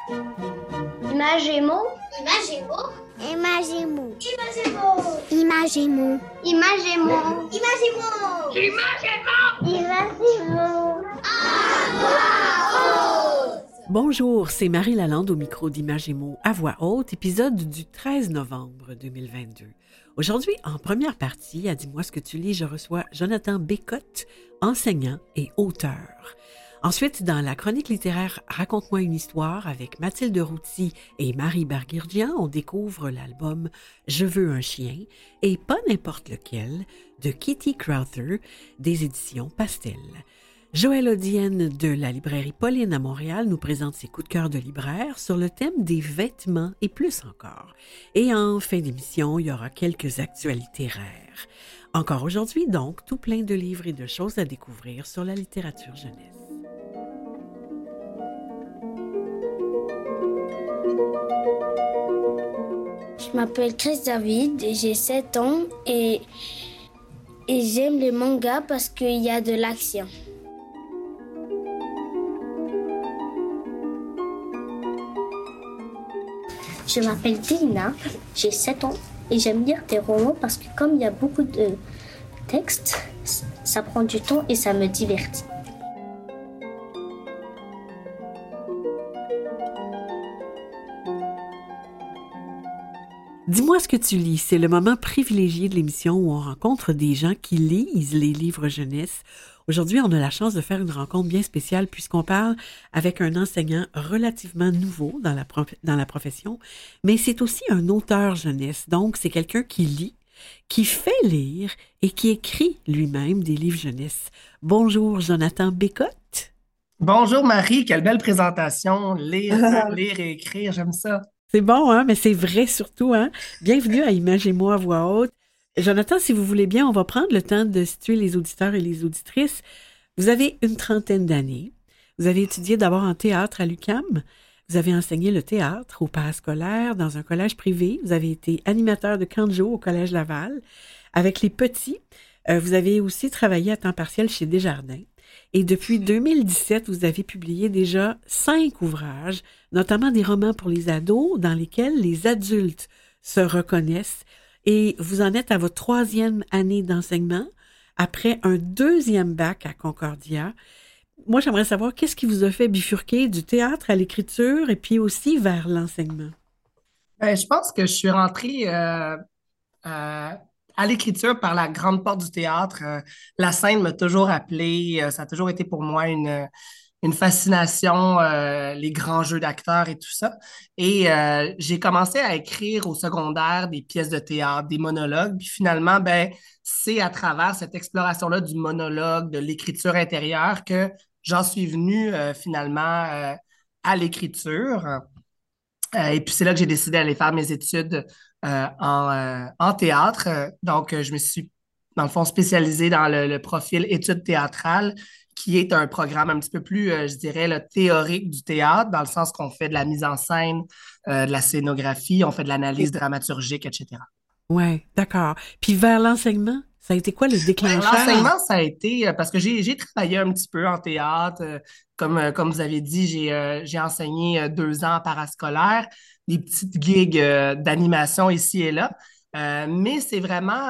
Imagemo. Imagemo. Imagemo. Imagemo. Imagemo. Imagemo. Imagemo. Imagemo. Bonjour, c'est Marie Lalande au micro d'Imagemo à voix haute, épisode du 13 novembre 2022. Aujourd'hui, en première partie, à Dis-moi ce que tu lis, je reçois Jonathan Bécotte, enseignant et auteur. Ensuite, dans la chronique littéraire Raconte-moi une histoire avec Mathilde Routy et Marie Barguirdian, on découvre l'album Je veux un chien et pas n'importe lequel de Kitty Crowther des éditions Pastel. Joëlle Odienne de la librairie Pauline à Montréal nous présente ses coups de cœur de libraire sur le thème des vêtements et plus encore. Et en fin d'émission, il y aura quelques actualités rares. Encore aujourd'hui, donc, tout plein de livres et de choses à découvrir sur la littérature jeunesse. Je m'appelle Chris David et j'ai 7 ans et j'aime les mangas parce qu'il y a de l'action. Je m'appelle Dina, j'ai 7 ans et j'aime lire des romans parce que comme il y a beaucoup de textes, ça prend du temps et ça me divertit. Dis-moi ce que tu lis. C'est le moment privilégié de l'émission où on rencontre des gens qui lisent les livres jeunesse. Aujourd'hui, on a la chance de faire une rencontre bien spéciale puisqu'on parle avec un enseignant relativement nouveau dans la profession, mais c'est aussi un auteur jeunesse. Donc, c'est quelqu'un qui lit, qui fait lire et qui écrit lui-même des livres jeunesse. Bonjour, Jonathan Bécotte. Bonjour Marie, quelle belle présentation. Lire, lire et écrire, j'aime ça. C'est bon, hein, mais c'est vrai surtout, hein. Bienvenue à Imagez-moi à voix haute. Jonathan, si vous voulez bien, on va prendre le temps de situer les auditeurs et les auditrices. Vous avez une trentaine d'années. Vous avez étudié d'abord en théâtre à l'UQAM. Vous avez enseigné le théâtre au parascolaire dans un collège privé. Vous avez été animateur de Canjo au Collège Laval. Avec les petits, vous avez aussi travaillé à temps partiel chez Desjardins. Et depuis 2017, vous avez publié déjà 5 ouvrages, notamment des romans pour les ados dans lesquels les adultes se reconnaissent. Et vous en êtes à votre 3e année d'enseignement, après un 2e bac à Concordia. Moi, j'aimerais savoir qu'est-ce qui vous a fait bifurquer du théâtre à l'écriture et puis aussi vers l'enseignement? Je pense que je suis rentrée à l'écriture par la grande porte du théâtre. La scène m'a toujours appelé. Ça a toujours été pour moi une fascination, les grands jeux d'acteurs et tout ça. Et j'ai commencé à écrire au secondaire des pièces de théâtre, des monologues. Puis finalement, c'est à travers cette exploration-là du monologue, de l'écriture intérieure que j'en suis venu finalement à l'écriture. Et puis c'est là que j'ai décidé d'aller faire mes études en théâtre. Donc, je me suis, dans le fond, spécialisée dans le profil études théâtrales, qui est un programme un petit peu plus, je dirais, là, théorique du théâtre, dans le sens qu'on fait de la mise en scène, de la scénographie, on fait de l'analyse dramaturgique, etc. Ouais, d'accord. Puis vers l'enseignement, ça a été quoi le déclencheur? L'enseignement, ça a été, parce que j'ai travaillé un petit peu en théâtre. Comme vous avez dit, j'ai enseigné 2 ans en parascolaire, des petites gigs d'animation ici et là. Mais c'est vraiment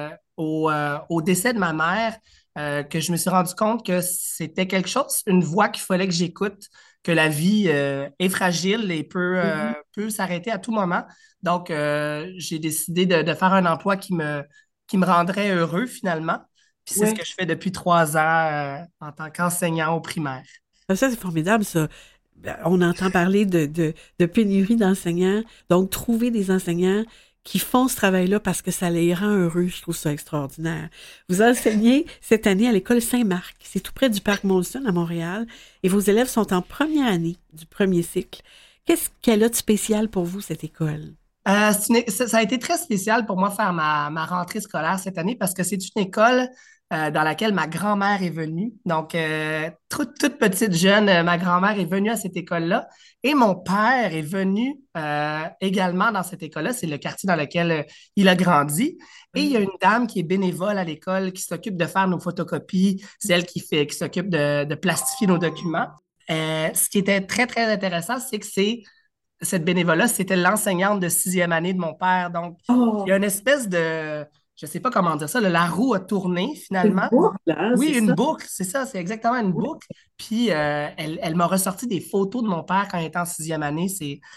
au décès de ma mère que je me suis rendu compte que c'était quelque chose, une voix qu'il fallait que j'écoute, que la vie est fragile et peut s'arrêter à tout moment. Donc, j'ai décidé de faire un emploi qui me rendrait heureux finalement. Puis c'est ce Ouais. que je fais depuis 3 ans en tant qu'enseignant au primaire. Ça, c'est formidable, ça. On entend parler de pénurie d'enseignants. Donc, trouver des enseignants qui font ce travail-là parce que ça les rend heureux, je trouve ça extraordinaire. Vous enseignez cette année à l'école Saint-Marc. C'est tout près du parc Molson à Montréal. Et vos élèves sont en première année du premier cycle. Qu'est-ce qu'elle a de spécial pour vous, cette école? Ça a été très spécial pour moi faire ma rentrée scolaire cette année parce que c'est une école dans laquelle ma grand-mère est venue. Donc, toute petite jeune, ma grand-mère est venue à cette école-là et mon père est venu également dans cette école-là. C'est le quartier dans lequel il a grandi. Et il y a une dame qui est bénévole à l'école qui s'occupe de faire nos photocopies, c'est elle qui s'occupe de plastifier nos documents. Ce qui était très, très intéressant, c'est que cette bénévole-là, c'était l'enseignante de sixième année de mon père. Donc, il y a Oh, une espèce de, je ne sais pas comment dire ça, là, la roue a tourné une finalement. boucle, hein, Oui, c'est une ça? boucle, c'est ça, c'est exactement une boucle. Puis, elle m'a ressorti des photos de mon père quand il était en sixième année.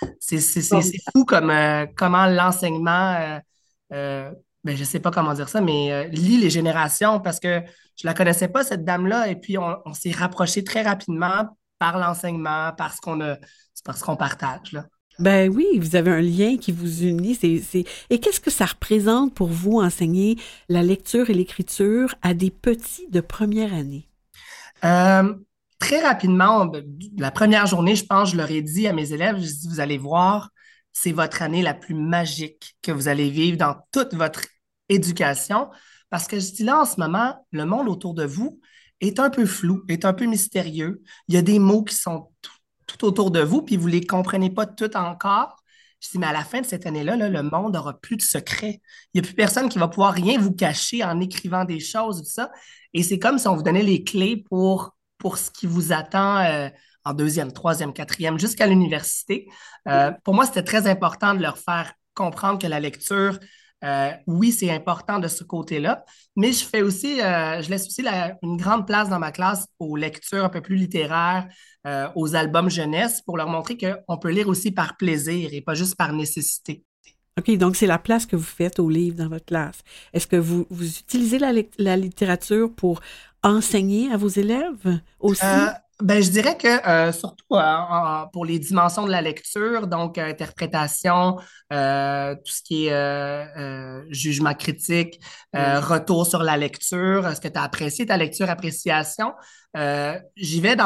C'est fou comme, comment l'enseignement, ben, je ne sais pas comment dire ça, mais lie les générations parce que je ne la connaissais pas, cette dame-là, et puis on s'est rapprochés très rapidement par l'enseignement, c'est parce qu'on partage, là. Ben oui, vous avez un lien qui vous unit. Et qu'est-ce que ça représente pour vous enseigner la lecture et l'écriture à des petits de première année? Euh, Très rapidement, la première journée, je pense, je leur ai dit à mes élèves, je dis, vous allez voir, c'est votre année la plus magique que vous allez vivre dans toute votre éducation. Parce que je dis là, en ce moment, le monde autour de vous est un peu flou, est un peu mystérieux. Il y a des mots qui sont tout autour de vous, puis vous ne les comprenez pas tout encore. Je dis, mais à la fin de cette année-là, là, le monde n'aura plus de secrets. Il n'y a plus personne qui va pouvoir rien vous cacher en écrivant des choses, tout ça. Et c'est comme si on vous donnait les clés pour ce qui vous attend en deuxième, troisième, quatrième, jusqu'à l'université. Pour moi, c'était très important de leur faire comprendre que la lecture, oui, c'est important de ce côté-là, mais je laisse aussi une grande place dans ma classe aux lectures un peu plus littéraires, aux albums jeunesse, pour leur montrer qu'on peut lire aussi par plaisir et pas juste par nécessité. OK, donc c'est la place que vous faites aux livres dans votre classe. Est-ce que vous utilisez la littérature pour enseigner à vos élèves Euh, aussi? ben, je dirais que surtout pour les dimensions de la lecture, donc interprétation, tout ce qui est jugement critique, Oui. retour sur la lecture, est-ce que tu as apprécié ta lecture, appréciation? J'y vais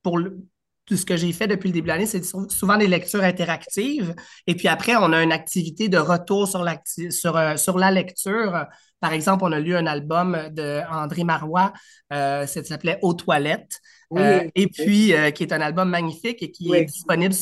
tout ce que j'ai fait depuis le début de l'année, c'est souvent des lectures interactives. Et puis après, on a une activité de retour sur la lecture. Par exemple, on a lu un album de André Marois, ça s'appelait Aux toilettes. Oui, Et puis, qui est un album magnifique et qui est oui. disponible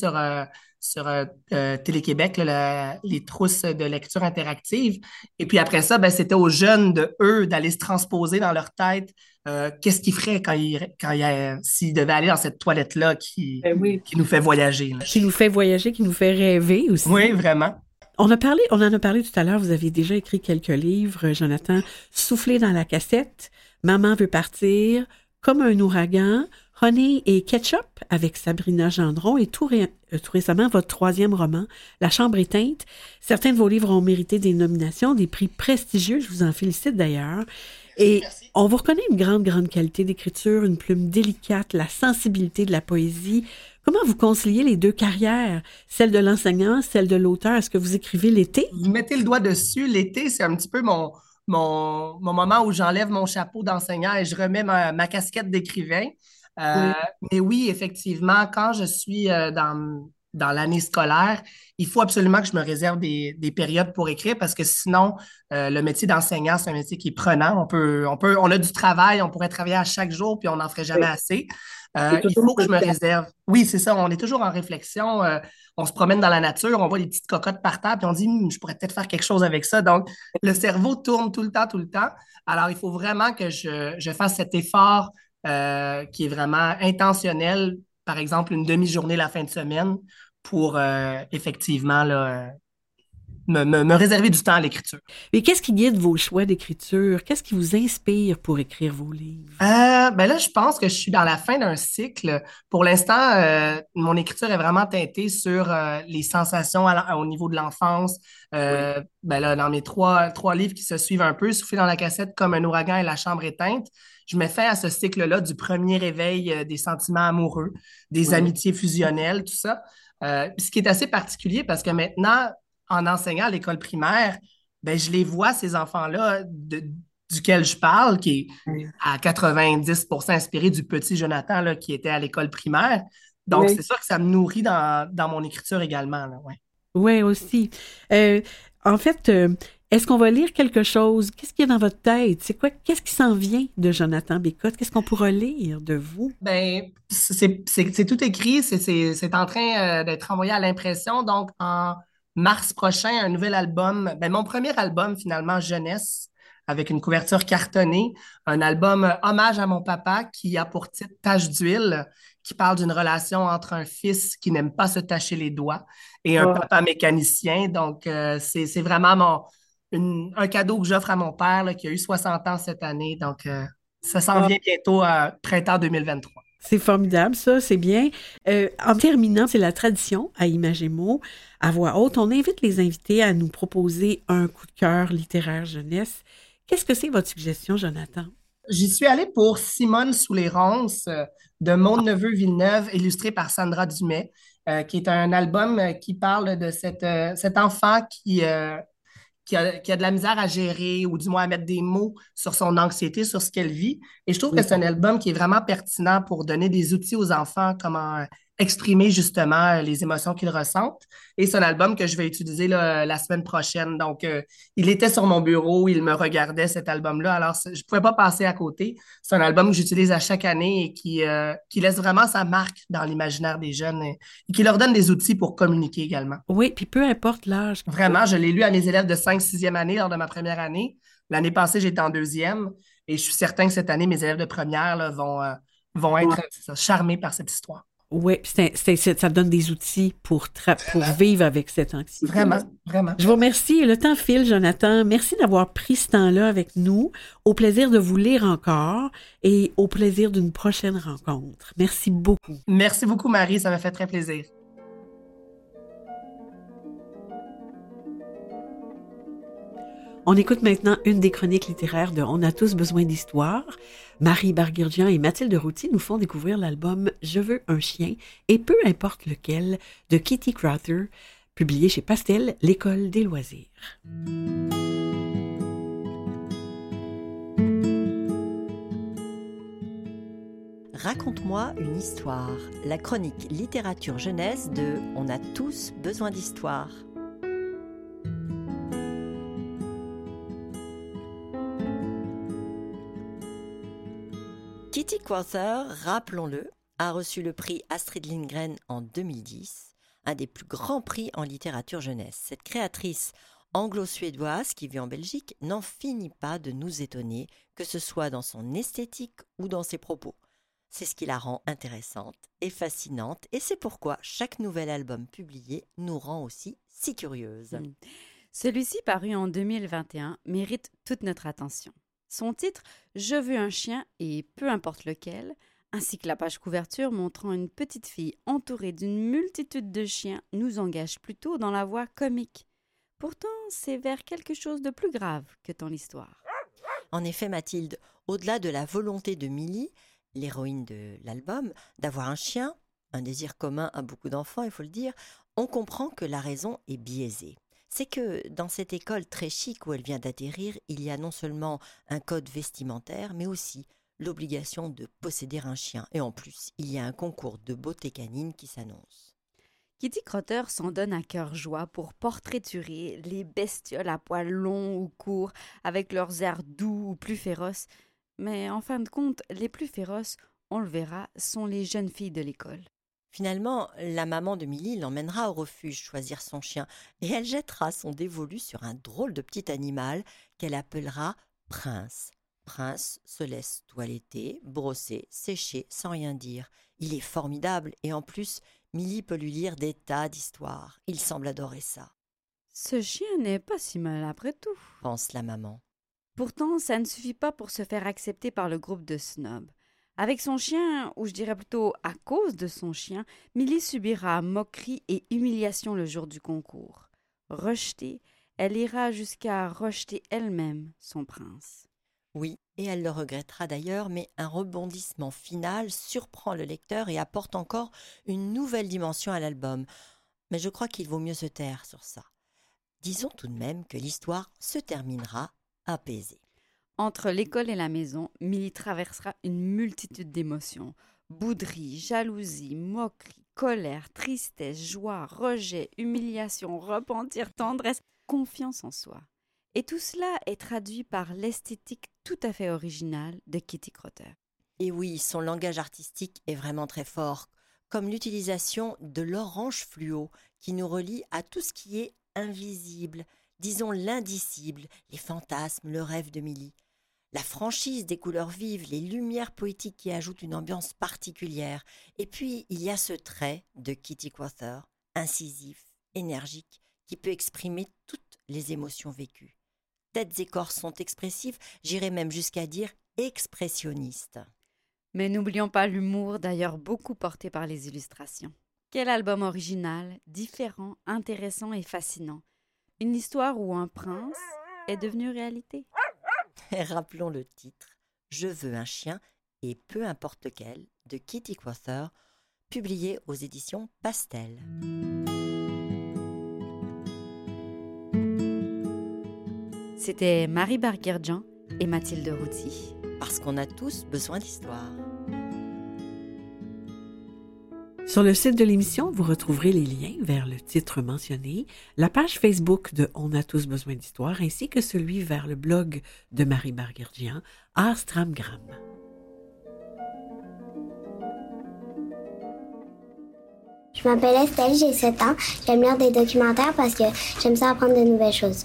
sur Télé-Québec, là, les trousses de lecture interactive. Et puis après ça, ben, c'était aux jeunes eux d'aller se transposer dans leur tête qu'est-ce qu'ils feraient s'ils devaient aller dans cette toilette-là Ben oui. qui nous fait voyager, là. Qui nous fait voyager, qui nous fait rêver Oui, aussi. vraiment. On en a parlé tout à l'heure, vous aviez déjà écrit quelques livres, Jonathan. Souffler dans la cassette, Maman veut partir, Comme un ouragan, Honey et Ketchup avec Sabrina Gendron et tout récemment votre troisième roman, La chambre éteinte. Certains de vos livres ont mérité des nominations, des prix prestigieux, je vous en félicite d'ailleurs. Et on vous reconnaît une grande, grande qualité d'écriture, une plume délicate, la sensibilité de la poésie. Comment vous conciliez les deux carrières, celle de l'enseignant, celle de l'auteur? Est-ce que vous écrivez l'été? Vous mettez le doigt dessus. L'été, c'est un petit peu mon moment où j'enlève mon chapeau d'enseignant et je remets ma casquette d'écrivain. Euh, Oui. mais oui, effectivement, quand je suis dans l'année scolaire, il faut absolument que je me réserve des périodes pour écrire parce que sinon, le métier d'enseignant, c'est un métier qui est prenant. On a du travail, on pourrait travailler à chaque jour, puis on n'en ferait jamais Oui. assez. C'est Il toujours faut que le je me cas. réserve. Oui, c'est ça, on est toujours en réflexion. On se promène dans la nature, on voit des petites cocottes par terre, puis on dit, je pourrais peut-être faire quelque chose avec ça. Donc, le cerveau tourne tout le temps, tout le temps. Alors, il faut vraiment que je fasse cet effort qui est vraiment intentionnel, par exemple, une demi-journée la fin de semaine pour effectivement là, me réserver du temps à l'écriture. Mais qu'est-ce qui guide vos choix d'écriture? Qu'est-ce qui vous inspire pour écrire vos livres? Ben là, je pense que je suis dans la fin d'un cycle. Pour l'instant, mon écriture est vraiment teintée sur les sensations au niveau de l'enfance. Oui. Ben là, dans mes trois livres qui se suivent un peu, Souffler dans la cassette, Comme un ouragan et La chambre éteinte, je mets fin à ce cycle-là du premier réveil des sentiments amoureux, des Oui. amitiés fusionnelles, tout ça. Ce qui est assez particulier parce que maintenant, en enseignant à l'école primaire, ben, je les vois, ces enfants-là, duquel je parle, qui est à 90% inspiré du petit Jonathan là, qui était à l'école primaire. Donc, Oui. c'est sûr que ça me nourrit dans mon écriture également. Là, ouais. Oui, aussi. Euh, en fait, est-ce qu'on va lire quelque chose? Qu'est-ce qu'il y a dans votre tête? C'est quoi? Qu'est-ce qui s'en vient de Jonathan Bécotte? Qu'est-ce qu'on pourra lire de vous? Ben, c'est tout écrit, c'est en train d'être envoyé à l'impression. Donc, en mars prochain, un nouvel album, ben, mon premier album finalement, jeunesse, avec une couverture cartonnée, un album hommage à mon papa qui a pour titre Tache d'huile. qui parle d'une relation entre un fils qui n'aime pas se tacher les doigts et un papa mécanicien. Donc, c'est vraiment un cadeau que j'offre à mon père là, qui a eu 60 ans cette année. Donc, ça s'en vient bientôt printemps 2023. C'est formidable, ça, c'est bien. En terminant, c'est la tradition à Images et mots. À voix haute, on invite les invités à nous proposer un coup de cœur littéraire jeunesse. Qu'est-ce que c'est votre suggestion, Jonathan? J'y suis allée pour Simone sous les ronces de Maud Neveu-Villeneuve, illustré par Sandra Dumais, qui est un album qui parle de cet enfant qui a de la misère à gérer ou du moins à mettre des mots sur son anxiété, sur ce qu'elle vit. Et je trouve que c'est un album qui est vraiment pertinent pour donner des outils aux enfants, comment exprimer justement les émotions qu'ils ressentent. Et c'est un album que je vais utiliser là, la semaine prochaine. Donc, il était sur mon bureau, il me regardait cet album-là. Alors, je ne pouvais pas passer à côté. C'est un album que j'utilise à chaque année et qui laisse vraiment sa marque dans l'imaginaire des jeunes et qui leur donne des outils pour communiquer également. Oui, puis peu importe l'âge. Vraiment, je l'ai lu à mes élèves de 5 6e année lors de ma première année. L'année passée, j'étais en 2e et je suis certain que cette année, mes élèves de première là, vont être charmés par cette histoire. Oui, ça donne des outils pour vivre avec cette anxiété. Vraiment, vraiment. Je vous remercie. Le temps file, Jonathan. Merci d'avoir pris ce temps-là avec nous. Au plaisir de vous lire encore et au plaisir d'une prochaine rencontre. Merci beaucoup. Merci beaucoup, Marie. Ça m'a fait très plaisir. On écoute maintenant une des chroniques littéraires de On a tous besoin d'histoire. Marie Barguirgian et Mathilde Routy nous font découvrir l'album Je veux un chien et peu importe lequel de Kitty Crowther, publié chez Pastel, l'École des loisirs. Raconte-moi une histoire, la chronique littérature jeunesse de On a tous besoin d'histoire. Kitty Crowther, rappelons-le, a reçu le prix Astrid Lindgren en 2010, un des plus grands prix en littérature jeunesse. Cette créatrice anglo-suédoise qui vit en Belgique n'en finit pas de nous étonner, que ce soit dans son esthétique ou dans ses propos. C'est ce qui la rend intéressante et fascinante, et c'est pourquoi chaque nouvel album publié nous rend aussi si curieuses. Celui-ci, paru en 2021, mérite toute notre attention. Son titre « Je veux un chien et peu importe lequel », ainsi que la page couverture montrant une petite fille entourée d'une multitude de chiens, nous engage plutôt dans la voie comique. Pourtant, c'est vers quelque chose de plus grave que tend l'histoire. En effet, Mathilde, au-delà de la volonté de Millie, l'héroïne de l'album, d'avoir un chien, un désir commun à beaucoup d'enfants, il faut le dire, on comprend que la raison est biaisée. C'est que dans cette école très chic où elle vient d'atterrir, il y a non seulement un code vestimentaire, mais aussi l'obligation de posséder un chien. Et en plus, il y a un concours de beauté canine qui s'annonce. Kitty Crowther s'en donne à cœur joie pour portraiturer les bestioles à poils longs ou courts, avec leurs airs doux ou plus féroces. Mais en fin de compte, les plus féroces, on le verra, sont les jeunes filles de l'école. Finalement, la maman de Millie l'emmènera au refuge choisir son chien et elle jettera son dévolu sur un drôle de petit animal qu'elle appellera Prince. Prince se laisse toiletter, brosser, sécher sans rien dire. Il est formidable et en plus, Millie peut lui lire des tas d'histoires. Il semble adorer ça. Ce chien n'est pas si mal après tout, pense la maman. Pourtant, ça ne suffit pas pour se faire accepter par le groupe de snobs. Avec son chien, ou je dirais plutôt à cause de son chien, Millie subira moquerie et humiliation le jour du concours. Rejetée, elle ira jusqu'à rejeter elle-même son prince. Oui, et elle le regrettera d'ailleurs, mais un rebondissement final surprend le lecteur et apporte encore une nouvelle dimension à l'album. Mais je crois qu'il vaut mieux se taire sur ça. Disons tout de même que l'histoire se terminera apaisée. Entre l'école et la maison, Millie traversera une multitude d'émotions. Bouderie, jalousie, moquerie, colère, tristesse, joie, rejet, humiliation, repentir, tendresse, confiance en soi. Et tout cela est traduit par l'esthétique tout à fait originale de Kitty Crowther. Et oui, son langage artistique est vraiment très fort, comme l'utilisation de l'orange fluo qui nous relie à tout ce qui est invisible, disons l'indicible, les fantasmes, le rêve de Millie. La franchise des couleurs vives, les lumières poétiques qui ajoutent une ambiance particulière. Et puis, il y a ce trait de Kitty Quather, incisif, énergique, qui peut exprimer toutes les émotions vécues. Têtes et corps sont expressifs, j'irais même jusqu'à dire expressionnistes. Mais n'oublions pas l'humour, d'ailleurs beaucoup porté par les illustrations. Quel album original, différent, intéressant et fascinant. Une histoire où un prince est devenu réalité. Et rappelons le titre, Je veux un chien et peu importe lequel, de Kitty Quather, publié aux éditions Pastel. C'était Marie Barguerdjan et Mathilde Routy. Parce qu'on a tous besoin d'histoire. Sur le site de l'émission, vous retrouverez les liens vers le titre mentionné, la page Facebook de On a tous besoin d'histoire, ainsi que celui vers le blog de Marie Barguerdjan, Astramgram. Je m'appelle Estelle, j'ai 7 ans. J'aime lire des documentaires parce que j'aime ça apprendre de nouvelles choses.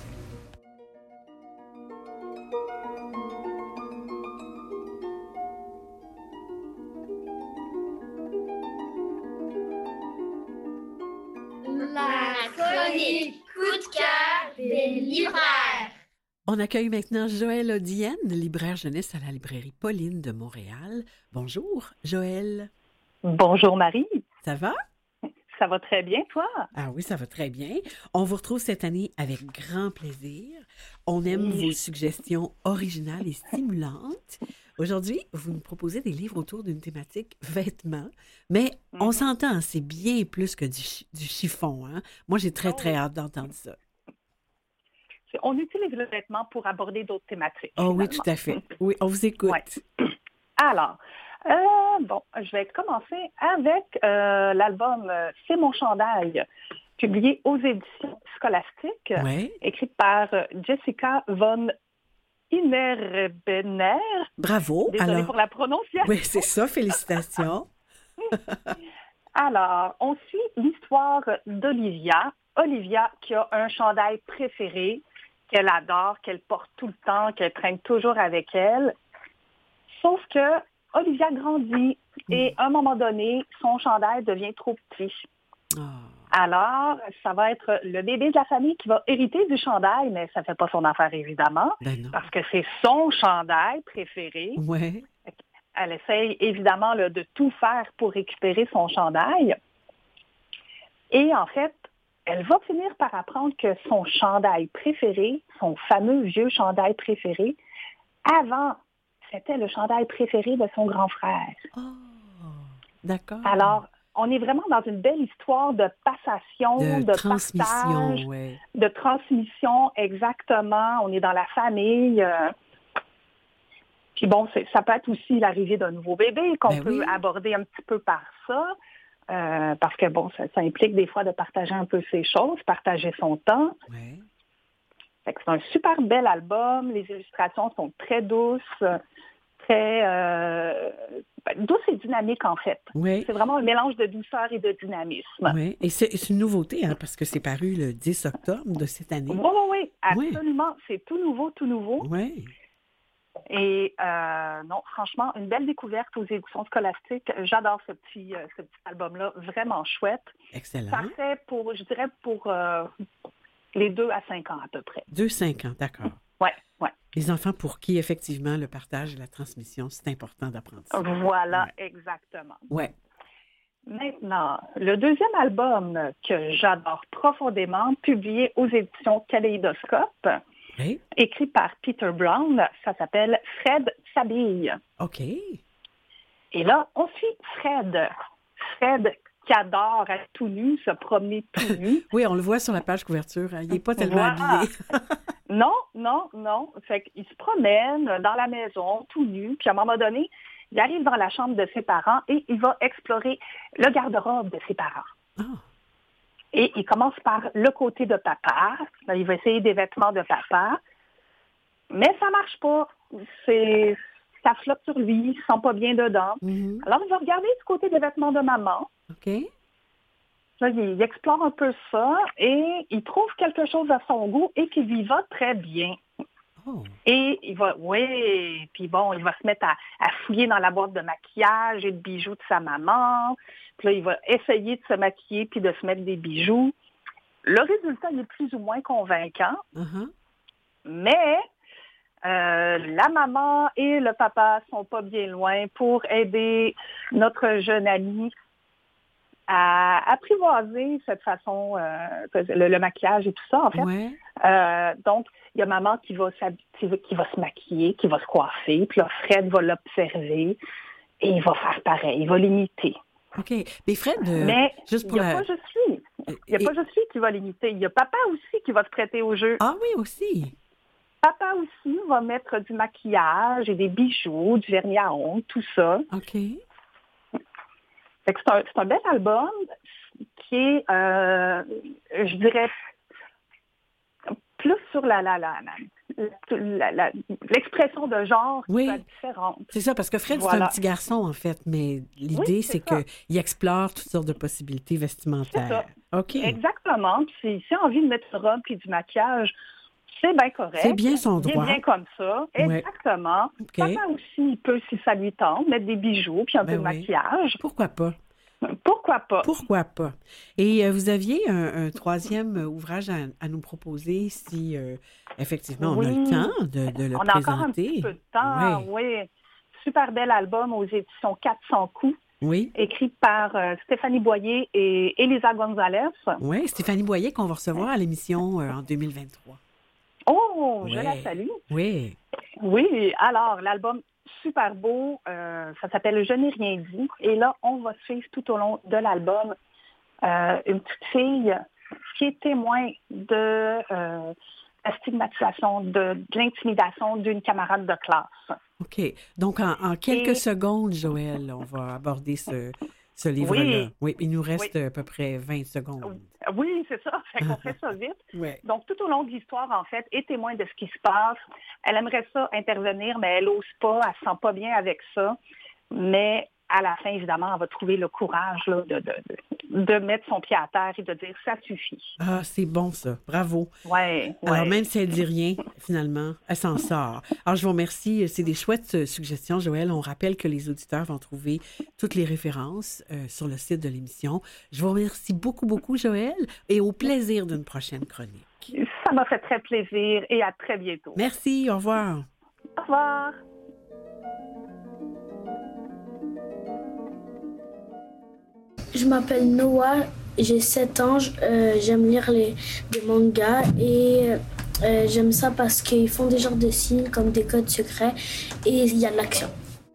La chronique coup de cœur des libraires. On accueille maintenant Joëlle Odienne, libraire jeunesse à la librairie Pauline de Montréal. Bonjour, Joëlle. Bonjour Marie. Ça va? Ça va très bien, toi? Ah oui, ça va très bien. On vous retrouve cette année avec grand plaisir. On aime vos suggestions originales et stimulantes. Aujourd'hui, vous nous proposez des livres autour d'une thématique vêtements, mais on s'entend, c'est bien plus que du chiffon. Hein? Moi, j'ai très hâte d'entendre ça. On utilise le vêtement pour aborder d'autres thématiques. Oh oui, tout à fait. Oui, on vous écoute. Ouais. Alors, je vais commencer avec l'album C'est mon chandail, publié aux éditions Scolastiques, écrit par Jessica von Innerbener. Bravo. Désolée pour la prononciation. Oui, c'est ça, félicitations. Alors, on suit l'histoire d'Olivia. Olivia qui a un chandail préféré, qu'elle adore, qu'elle porte tout le temps, qu'elle traîne toujours avec elle. Sauf que Olivia grandit et à un moment donné, son chandail devient trop petit. Oh. Alors, ça va être le bébé de la famille qui va hériter du chandail, mais ça ne fait pas son affaire, évidemment, parce que c'est son chandail préféré. Ouais. Elle essaye, évidemment, là, de tout faire pour récupérer son chandail. Et en fait, elle va finir par apprendre que son chandail préféré, son fameux vieux chandail préféré, avant, c'était le chandail préféré de son grand frère. Oh, d'accord. Alors, on est vraiment dans une belle histoire de passation, de transmission, partage, de transmission, exactement. On est dans la famille. Puis bon, ça peut être aussi l'arrivée d'un nouveau bébé qu'on peut aborder un petit peu par ça. Parce que bon, ça implique des fois de partager un peu ses choses, partager son temps. Ouais. Fait que c'est un super bel album. Les illustrations sont très douces, très douces et dynamiques en fait. Ouais. C'est vraiment un mélange de douceur et de dynamisme. Oui, et c'est une nouveauté, hein, parce que c'est paru le 10 octobre de cette année. Oui, absolument. Ouais. C'est tout nouveau. Oui. Et non, franchement, une belle découverte aux éditions Scolastiques. J'adore ce petit album-là, vraiment chouette. Excellent. Parfait pour les 2 à 5 ans à peu près. 2-5 ans, d'accord. Oui. Les enfants pour qui, effectivement, le partage et la transmission, c'est important d'apprendre ça. Voilà, exactement. Oui. Maintenant, le deuxième album que j'adore profondément, publié aux éditions Kaléidoscope, écrit par Peter Brown, ça s'appelle Fred s'habille. OK. Et là, on suit Fred. Fred qui adore être tout nu, se promener tout nu. Oui, on le voit sur la page couverture. Hein. Il n'est pas tellement habillé. Non. Fait qu'il se promène dans la maison, tout nu. Puis à un moment donné, il arrive dans la chambre de ses parents et il va explorer le garde-robe de ses parents. Oh. Et il commence par le côté de papa. Il va essayer des vêtements de papa. Mais ça marche pas. Ça flotte sur lui. Il ne se sent pas bien dedans. Mm-hmm. Alors, il va regarder du côté des vêtements de maman. OK. Là, il explore un peu ça et il trouve quelque chose à son goût et qui lui va très bien. Oh. Et puis bon, il va se mettre à fouiller dans la boîte de maquillage et de bijoux de sa maman. Puis là, il va essayer de se maquiller puis de se mettre des bijoux. Le résultat, il est plus ou moins convaincant, mais la maman et le papa sont pas bien loin pour aider notre jeune ami à apprivoiser cette façon, le maquillage et tout ça, en fait. Ouais. Donc, il y a maman qui va se maquiller, qui va se coiffer, puis là, Fred va l'observer et il va faire pareil, il va l'imiter. OK. Mais Fred, mais juste il pour n'y a pas juste lui. Il n'y a pas juste lui qui va l'imiter. Il y a papa aussi qui va se prêter au jeu. Ah oui, aussi. Papa aussi va mettre du maquillage et des bijoux, du vernis à ongles, tout ça. OK. Fait que c'est un bel album qui est, je dirais, plus sur l'expression de genre qui est différente. C'est ça, parce que Fred, c'est un petit garçon, en fait, mais l'idée, c'est qu'il explore toutes sortes de possibilités vestimentaires. OK. Exactement. Puis s'il a envie de mettre une robe et du maquillage, c'est bien correct. C'est bien son droit. Il est bien comme ça. Exactement. Okay. Papa aussi, il peut, si ça lui tente, mettre des bijoux puis un peu de maquillage. Pourquoi pas? Pourquoi pas? Pourquoi pas? Et vous aviez un troisième ouvrage à nous proposer si, effectivement, on a le temps de le présenter. On a encore un petit peu de temps, oui. Super bel album aux éditions 400 coups. Oui. Écrit par Stéphanie Boyer et Elisa Gonzalez. Oui, Stéphanie Boyer qu'on va recevoir à l'émission en 2023. Oh, je la salue. Oui. Oui, alors, l'album super beau, ça s'appelle « Je n'ai rien dit ». Et là, on va suivre tout au long de l'album une petite fille qui est témoin de la stigmatisation, de l'intimidation d'une camarade de classe. OK. Donc, en quelques secondes, Joëlle, on va aborder ce livre-là. Oui, il nous reste à peu près 20 secondes. Oui, c'est ça. Fait qu'on fait ça vite. Ouais. Donc, tout au long de l'histoire, en fait, est témoin de ce qui se passe. Elle aimerait ça intervenir, mais elle n'ose pas. Elle se sent pas bien avec ça. Mais à la fin, évidemment, elle va trouver le courage là, de mettre son pied à terre et de dire « ça suffit ». Ah, c'est bon ça. Bravo. Oui. Alors, même si elle ne dit rien, finalement, elle s'en sort. Alors, je vous remercie. C'est des chouettes suggestions, Joëlle. On rappelle que les auditeurs vont trouver toutes les références sur le site de l'émission. Je vous remercie beaucoup, beaucoup, Joëlle, et au plaisir d'une prochaine chronique. Ça m'a fait très plaisir et à très bientôt. Merci. Au revoir. Au revoir. Je m'appelle Noah, j'ai 7 ans, j'aime lire des mangas et j'aime ça parce qu'ils font des genres de signes comme des codes secrets et il y a de l'action.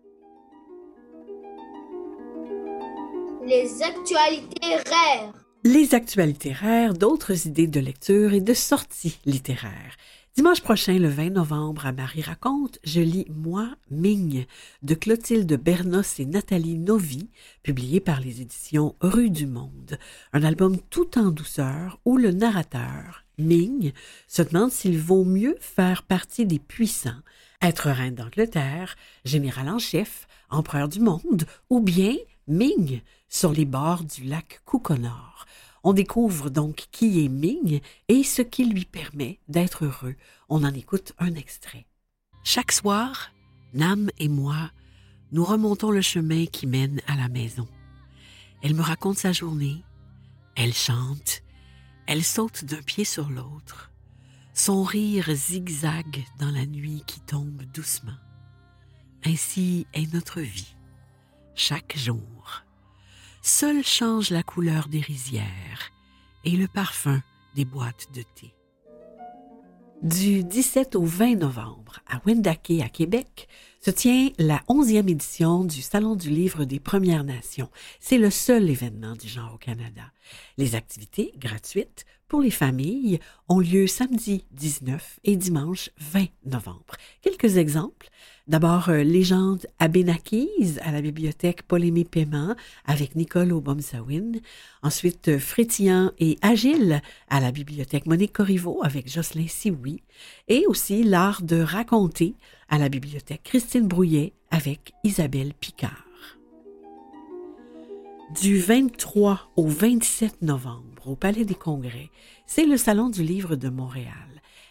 Les actualités rares. Les actualités rares, d'autres idées de lecture et de sorties littéraires. Dimanche prochain, le 20 novembre, à Marie raconte, je lis Moi, Ming, de Clotilde Bernos et Nathalie Novi, publié par les éditions Rue du Monde. Un album tout en douceur où le narrateur, Ming, se demande s'il vaut mieux faire partie des puissants, être reine d'Angleterre, général en chef, empereur du monde, ou bien Ming, sur les bords du lac Kukonor. On découvre donc qui est Ming et ce qui lui permet d'être heureux. On en écoute un extrait. Chaque soir, Nam et moi, nous remontons le chemin qui mène à la maison. Elle me raconte sa journée, elle chante, elle saute d'un pied sur l'autre. Son rire zigzague dans la nuit qui tombe doucement. Ainsi est notre vie, chaque jour. Seul change la couleur des rizières et le parfum des boîtes de thé. Du 17 au 20 novembre, à Wendake, à Québec, se tient la 11e édition du Salon du livre des Premières Nations. C'est le seul événement du genre au Canada. Les activités gratuites pour les familles ont lieu samedi 19 et dimanche 20 novembre. Quelques exemples. D'abord, Légende Abénaquise à la bibliothèque Paul-Aimé Paiement avec Nicole Aubomsawin. Ensuite, Frétillant et Agile à la bibliothèque Monique Corriveau avec Jocelyn Sioui. Et aussi L'art de raconter à la bibliothèque Christine Brouillet avec Isabelle Picard. Du 23 au 27 novembre, au Palais des Congrès, c'est le Salon du livre de Montréal.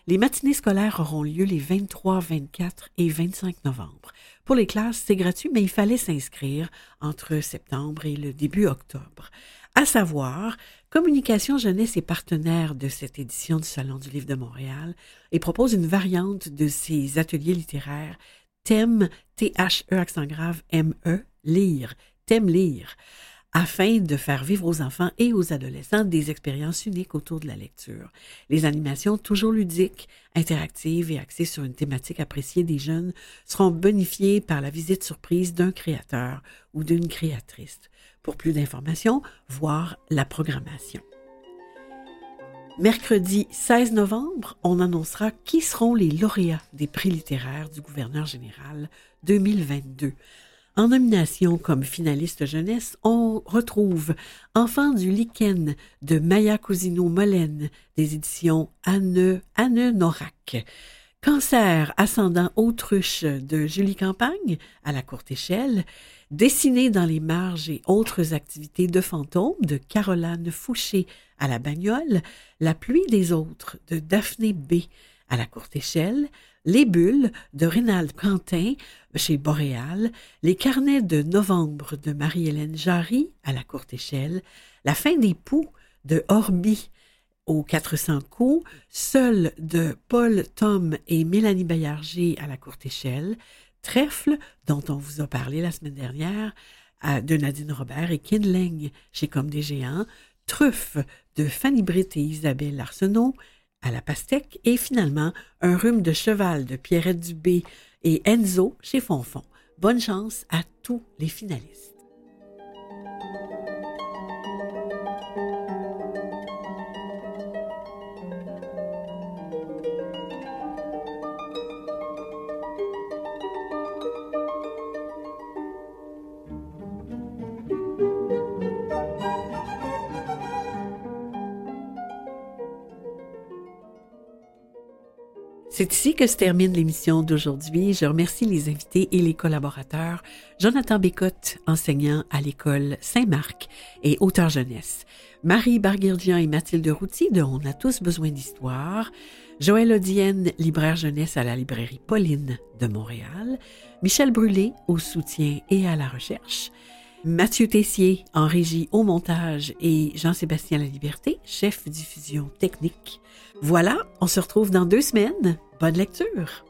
Les matinées scolaires auront lieu les 23, 24 et 25 novembre. Pour les classes, c'est gratuit, mais il fallait s'inscrire entre septembre et le début octobre. À savoir, Communication Jeunesse est partenaire de cette édition du Salon du Livre de Montréal et propose une variante de ces ateliers littéraires thème, T-H-E accent grave, M-E, lire, thème lire, afin de faire vivre aux enfants et aux adolescents des expériences uniques autour de la lecture. Les animations, toujours ludiques, interactives et axées sur une thématique appréciée des jeunes, seront bonifiées par la visite surprise d'un créateur ou d'une créatrice. Pour plus d'informations, voir la programmation. Mercredi 16 novembre, on annoncera qui seront les lauréats des prix littéraires du gouverneur général 2022. En nomination comme finaliste jeunesse, on retrouve Enfants du lichen de Maya Cousineau-Molène des éditions Anne Norac. Cancer ascendant autruche de Julie Campagne à la courte échelle. Dessiner dans les marges et autres activités de fantômes de Caroline Fouché à la Bagnole. La pluie des autres de Daphné B à la courte échelle. Les bulles de Rénald Quentin chez Boréal, les carnets de novembre de Marie-Hélène Jarry à la courte échelle, la fin des poux de Orbi aux 400 coups, Seul de Paul Tom et Mélanie Bayarger à la courte échelle, Trèfle, dont on vous a parlé la semaine dernière, de Nadine Robert et Kindling chez Comme des Géants, Truffe de Fanny Britt et Isabelle Arsenault à la pastèque et finalement Un rhume de cheval de Pierrette Dubé et Enzo chez Fonfon. Bonne chance à tous les finalistes. C'est ici que se termine l'émission d'aujourd'hui. Je remercie les invités et les collaborateurs. Jonathan Bécotte, enseignant à l'école Saint-Marc et auteur jeunesse. Marie Barguirdian et Mathilde Routy de On a tous besoin d'histoire. Joël Odienne, libraire jeunesse à la librairie Pauline de Montréal. Michel Brûlé au soutien et à la recherche. Mathieu Tessier en régie au montage et Jean-Sébastien Laliberté, chef diffusion technique. Voilà, on se retrouve dans 2 semaines. Bonne lecture!